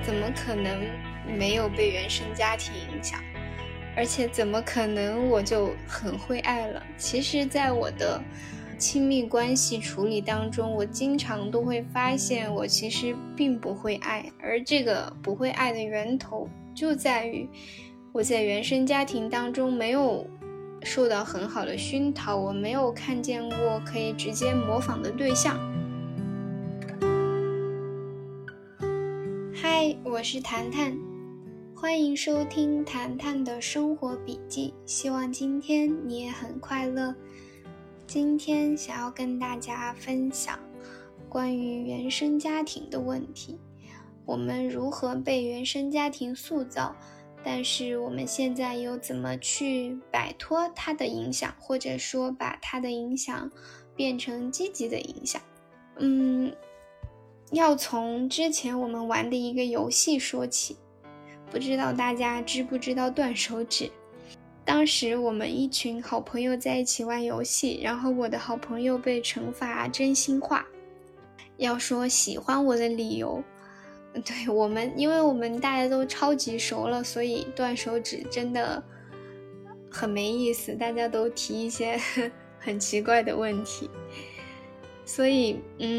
怎么可能没有被原生家庭影响？而且怎么可能我就很会爱了？其实在我的亲密关系处理当中，我经常都会发现我其实并不会爱，而这个不会爱的源头就在于我在原生家庭当中没有受到很好的熏陶，我没有看见过可以直接模仿的对象。嗨，我是谈谈，欢迎收听谈谈的生活笔记，希望今天你也很快乐。今天想要跟大家分享关于原生家庭的问题，我们如何被原生家庭塑造，但是我们现在又怎么去摆脱它的影响，或者说把它的影响变成积极的影响。要从之前我们玩的一个游戏说起，不知道大家知不知道断手指。当时我们一群好朋友在一起玩游戏，然后我的好朋友被惩罚真心话，要说喜欢我的理由，对，因为我们大家都超级熟了，所以断手指真的很没意思，大家都提一些很奇怪的问题。所以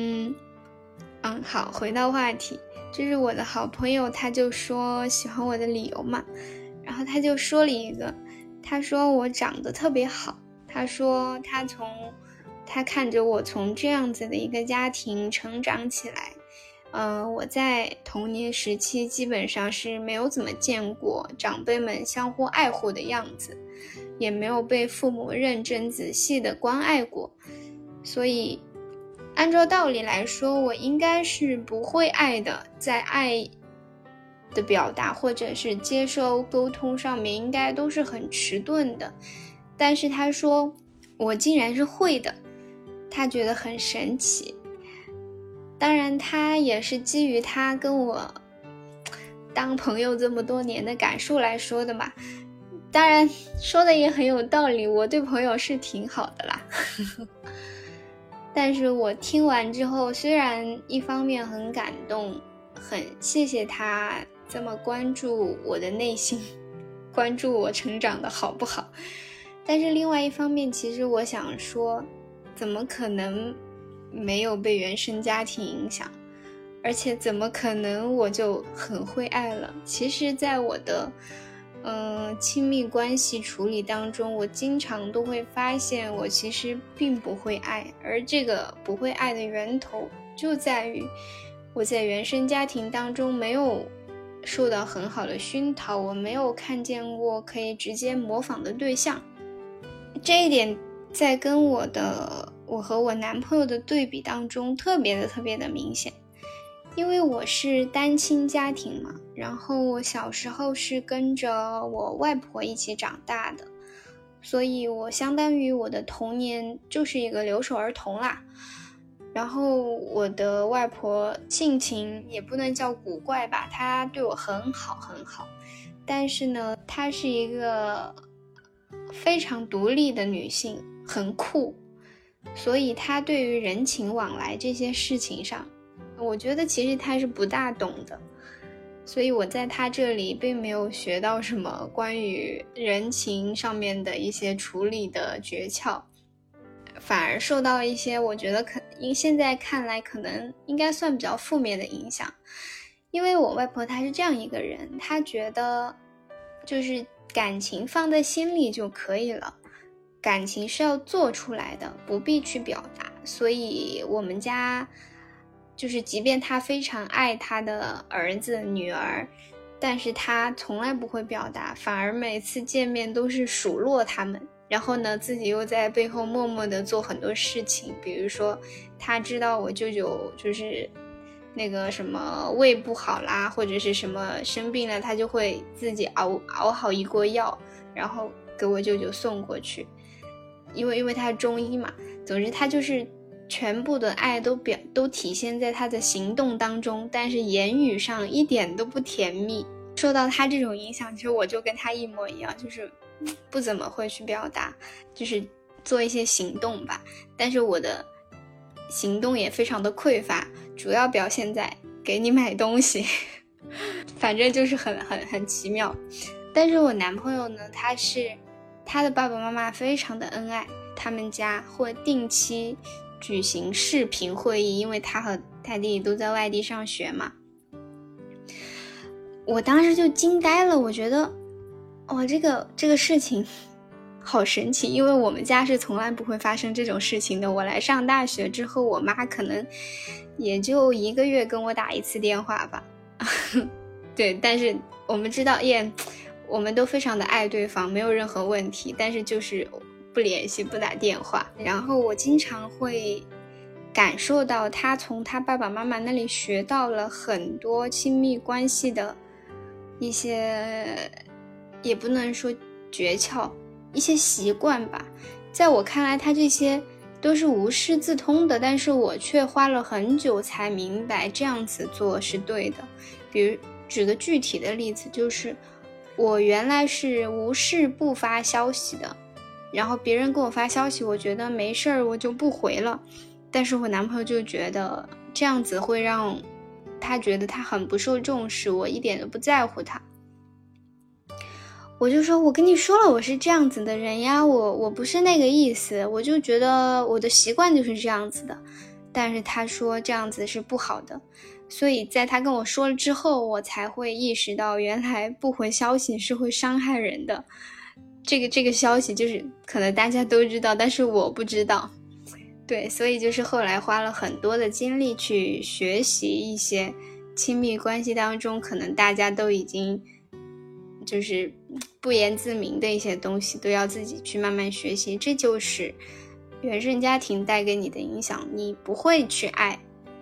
好，回到话题，就是我的好朋友他就说喜欢我的理由嘛，然后他就说了一个，他说我长得特别好，他说他看着我从这样子的一个家庭成长起来，我在童年时期基本上是没有怎么见过长辈们相互爱护的样子，也没有被父母认真仔细的关爱过，所以按照道理来说，我应该是不会爱的，在爱的表达或者是接受沟通上面应该都是很迟钝的，但是他说我竟然是会的，他觉得很神奇。当然他也是基于他跟我当朋友这么多年的感受来说的嘛，当然说的也很有道理，我对朋友是挺好的啦但是我听完之后，虽然一方面很感动，很谢谢他这么关注我的内心，关注我成长的好不好，但是另外一方面，其实我想说，怎么可能没有被原生家庭影响？而且怎么可能我就很会爱了？其实在我的亲密关系处理当中，我经常都会发现我其实并不会爱，而这个不会爱的源头就在于我在原生家庭当中没有受到很好的熏陶，我没有看见过可以直接模仿的对象。这一点在跟我和我男朋友的对比当中特别的明显。因为我是单亲家庭嘛，然后我小时候是跟着我外婆一起长大的，所以我相当于我的童年就是一个留守儿童啦。然后我的外婆性情也不能叫古怪吧，她对我很好，但是呢，她是一个非常独立的女性，很酷，所以她对于人情往来这些事情上，我觉得其实他是不大懂的，所以我在他这里并没有学到什么关于人情上面的一些处理的诀窍，反而受到一些我觉得现在看来可能应该算比较负面的影响。因为我外婆她是这样一个人，她觉得就是感情放在心里就可以了，感情是要做出来的，不必去表达，所以我们家就是即便他非常爱他的儿子女儿，但是他从来不会表达，反而每次见面都是数落他们，然后呢自己又在背后默默的做很多事情，比如说他知道我舅舅就是那个什么胃不好啦，或者是什么生病了，他就会自己熬好一锅药，然后给我舅舅送过去，因为他是中医嘛，总之他就是全部的爱都体现在他的行动当中，但是言语上一点都不甜蜜。受到他这种影响，其实我就跟他一模一样，就是不怎么会去表达，就是做一些行动吧，但是我的行动也非常的匮乏，主要表现在给你买东西反正就是很奇妙。但是我男朋友呢，他的爸爸妈妈非常的恩爱，他们家会定期举行视频会议，因为他和他弟弟都在外地上学嘛。我当时就惊呆了，我觉得这个事情好神奇，因为我们家是从来不会发生这种事情的。我来上大学之后，我妈可能也就1个月跟我打1次电话吧。对，但是我们知道我们都非常的爱对方，没有任何问题，但是就是不联系，不打电话。然后我经常会感受到他从他爸爸妈妈那里学到了很多亲密关系的一些，也不能说诀窍，一些习惯吧。在我看来，他这些都是无师自通的，但是我却花了很久才明白这样子做是对的。比如举个具体的例子，就是我原来是无事不发消息的，然后别人给我发消息，我觉得没事儿，我就不回了。但是我男朋友就觉得这样子会让他觉得他很不受重视，我一点都不在乎他。我就说，我跟你说了，我是这样子的人呀，我不是那个意思，我就觉得我的习惯就是这样子的。但是他说这样子是不好的，所以在他跟我说了之后，我才会意识到原来不回消息是会伤害人的。这个消息就是可能大家都知道，但是我不知道。对，所以就是后来花了很多的精力去学习一些亲密关系当中可能大家都已经就是不言自明的一些东西，都要自己去慢慢学习。这就是原生家庭带给你的影响，你不会去爱。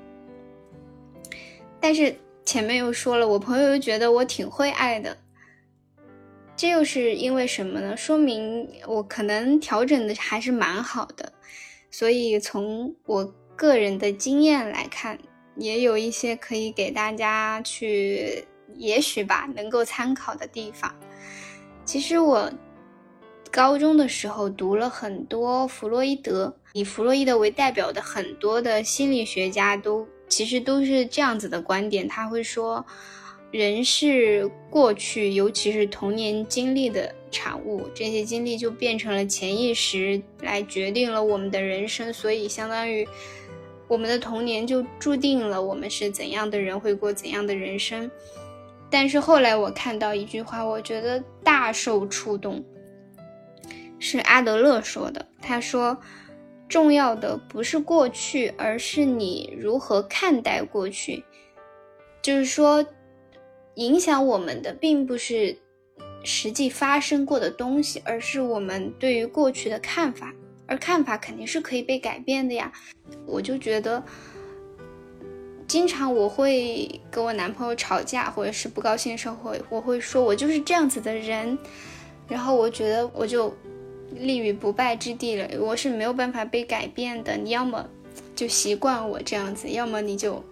但是前面又说了，我朋友又觉得我挺会爱的，这又是因为什么呢？说明我可能调整的还是蛮好的。所以从我个人的经验来看，也有一些可以给大家去也许吧能够参考的地方。其实我高中的时候读了很多弗洛伊德，以弗洛伊德为代表的很多的心理学家其实都是这样子的观点。他会说人是过去尤其是童年经历的产物，这些经历就变成了潜意识来决定了我们的人生，所以相当于我们的童年就注定了我们是怎样的人，会过怎样的人生。但是后来我看到一句话，我觉得大受触动，是阿德勒说的。他说重要的不是过去，而是你如何看待过去。就是说影响我们的并不是实际发生过的东西，而是我们对于过去的看法，而看法肯定是可以被改变的呀。我就觉得经常我会跟我男朋友吵架，或者是不高兴的时候，我会说我就是这样子的人，然后我觉得我就立于不败之地了，我是没有办法被改变的。你要么就习惯我这样子，要么你就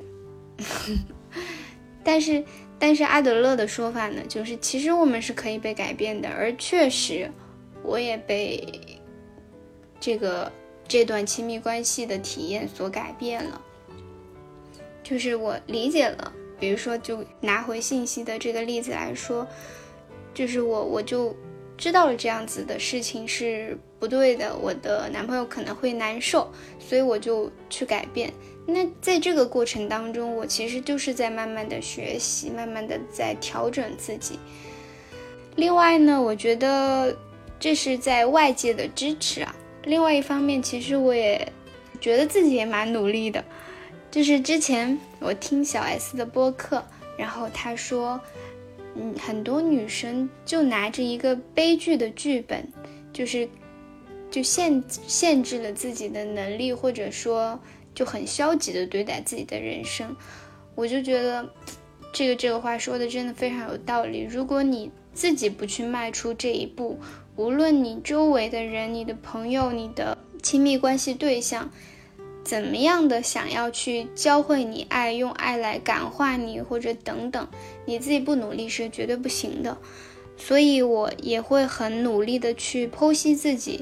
但是阿德勒的说法呢，就是其实我们是可以被改变的，而确实我也被这段亲密关系的体验所改变了。就是我理解了，比如说就拿回信息的这个例子来说，就是我就知道了这样子的事情是不对的，我的男朋友可能会难受，所以我就去改变。那在这个过程当中，我其实就是在慢慢的学习，慢慢的在调整自己。另外呢，我觉得这是在外界的支持啊。另外一方面，其实我也觉得自己也蛮努力的。就是之前我听小 S 的播客，然后他说很多女生就拿着一个悲剧的剧本，就限制了自己的能力，或者说就很消极的对待自己的人生。我就觉得这个话说的真的非常有道理。如果你自己不去迈出这一步，无论你周围的人，你的朋友，你的亲密关系对象怎么样的想要去教会你爱，用爱来感化你，或者等等，你自己不努力是绝对不行的。所以我也会很努力的去剖析自己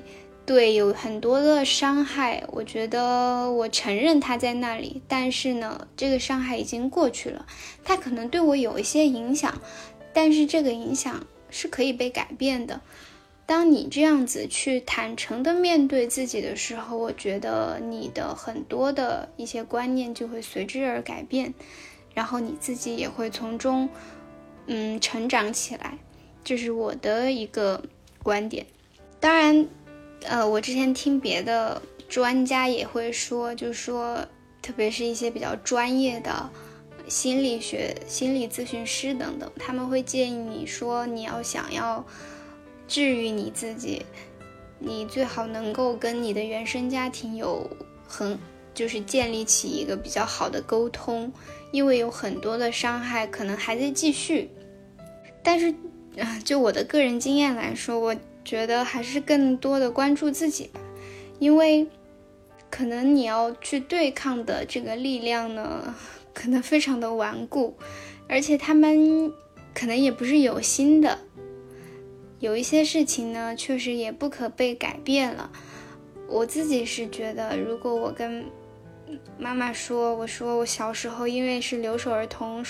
对，有很多的伤害，我觉得我承认它在那里，但是呢，这个伤害已经过去了，它可能对我有一些影响，但是这个影响是可以被改变的。当你这样子去坦诚的面对自己的时候，我觉得你的很多的一些观念就会随之而改变，然后你自己也会从中成长起来，这是我的一个观点。当然我之前听别的专家也会说，就是说特别是一些比较专业的心理学、心理咨询师等等，他们会建议你说，你想要治愈你自己，你最好能够跟你的原生家庭就是建立起一个比较好的沟通，因为有很多的伤害可能还在继续。但是就我的个人经验来说，我觉得还是更多的关注自己吧，因为可能你要去对抗的这个力量呢，可能非常的顽固，而且他们可能也不是有心的，有一些事情呢确实也不可被改变了。我自己是觉得，如果我跟妈妈说，我说我小时候因为是留守儿童，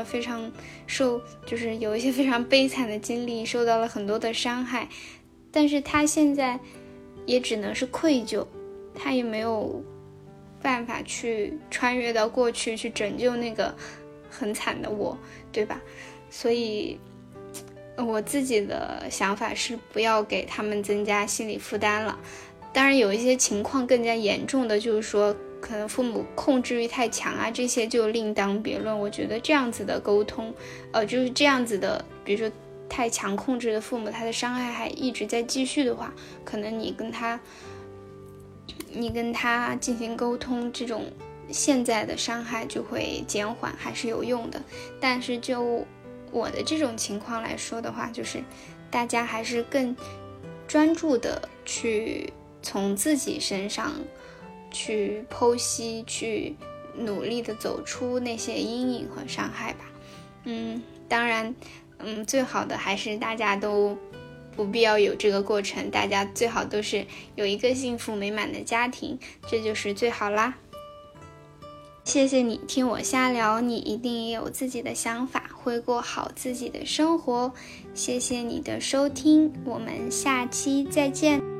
就是有一些非常悲惨的经历，受到了很多的伤害，但是她现在也只能是愧疚，她也没有办法去穿越到过去去拯救那个很惨的我，对吧？所以我自己的想法是不要给他们增加心理负担了。当然有一些情况更加严重的，就是说可能父母控制欲太强啊，这些就另当别论。我觉得这样子的沟通就是这样子的，比如说太强控制的父母，他的伤害还一直在继续的话，可能你跟他进行沟通，这种现在的伤害就会减缓，还是有用的。但是就我的这种情况来说的话，就是大家还是更专注的去从自己身上去剖析，去努力的走出那些阴影和伤害吧。当然最好的还是大家都不必要有这个过程，大家最好都是有一个幸福美满的家庭，这就是最好啦。谢谢你听我瞎聊，你一定也有自己的想法，会过好自己的生活。谢谢你的收听，我们下期再见。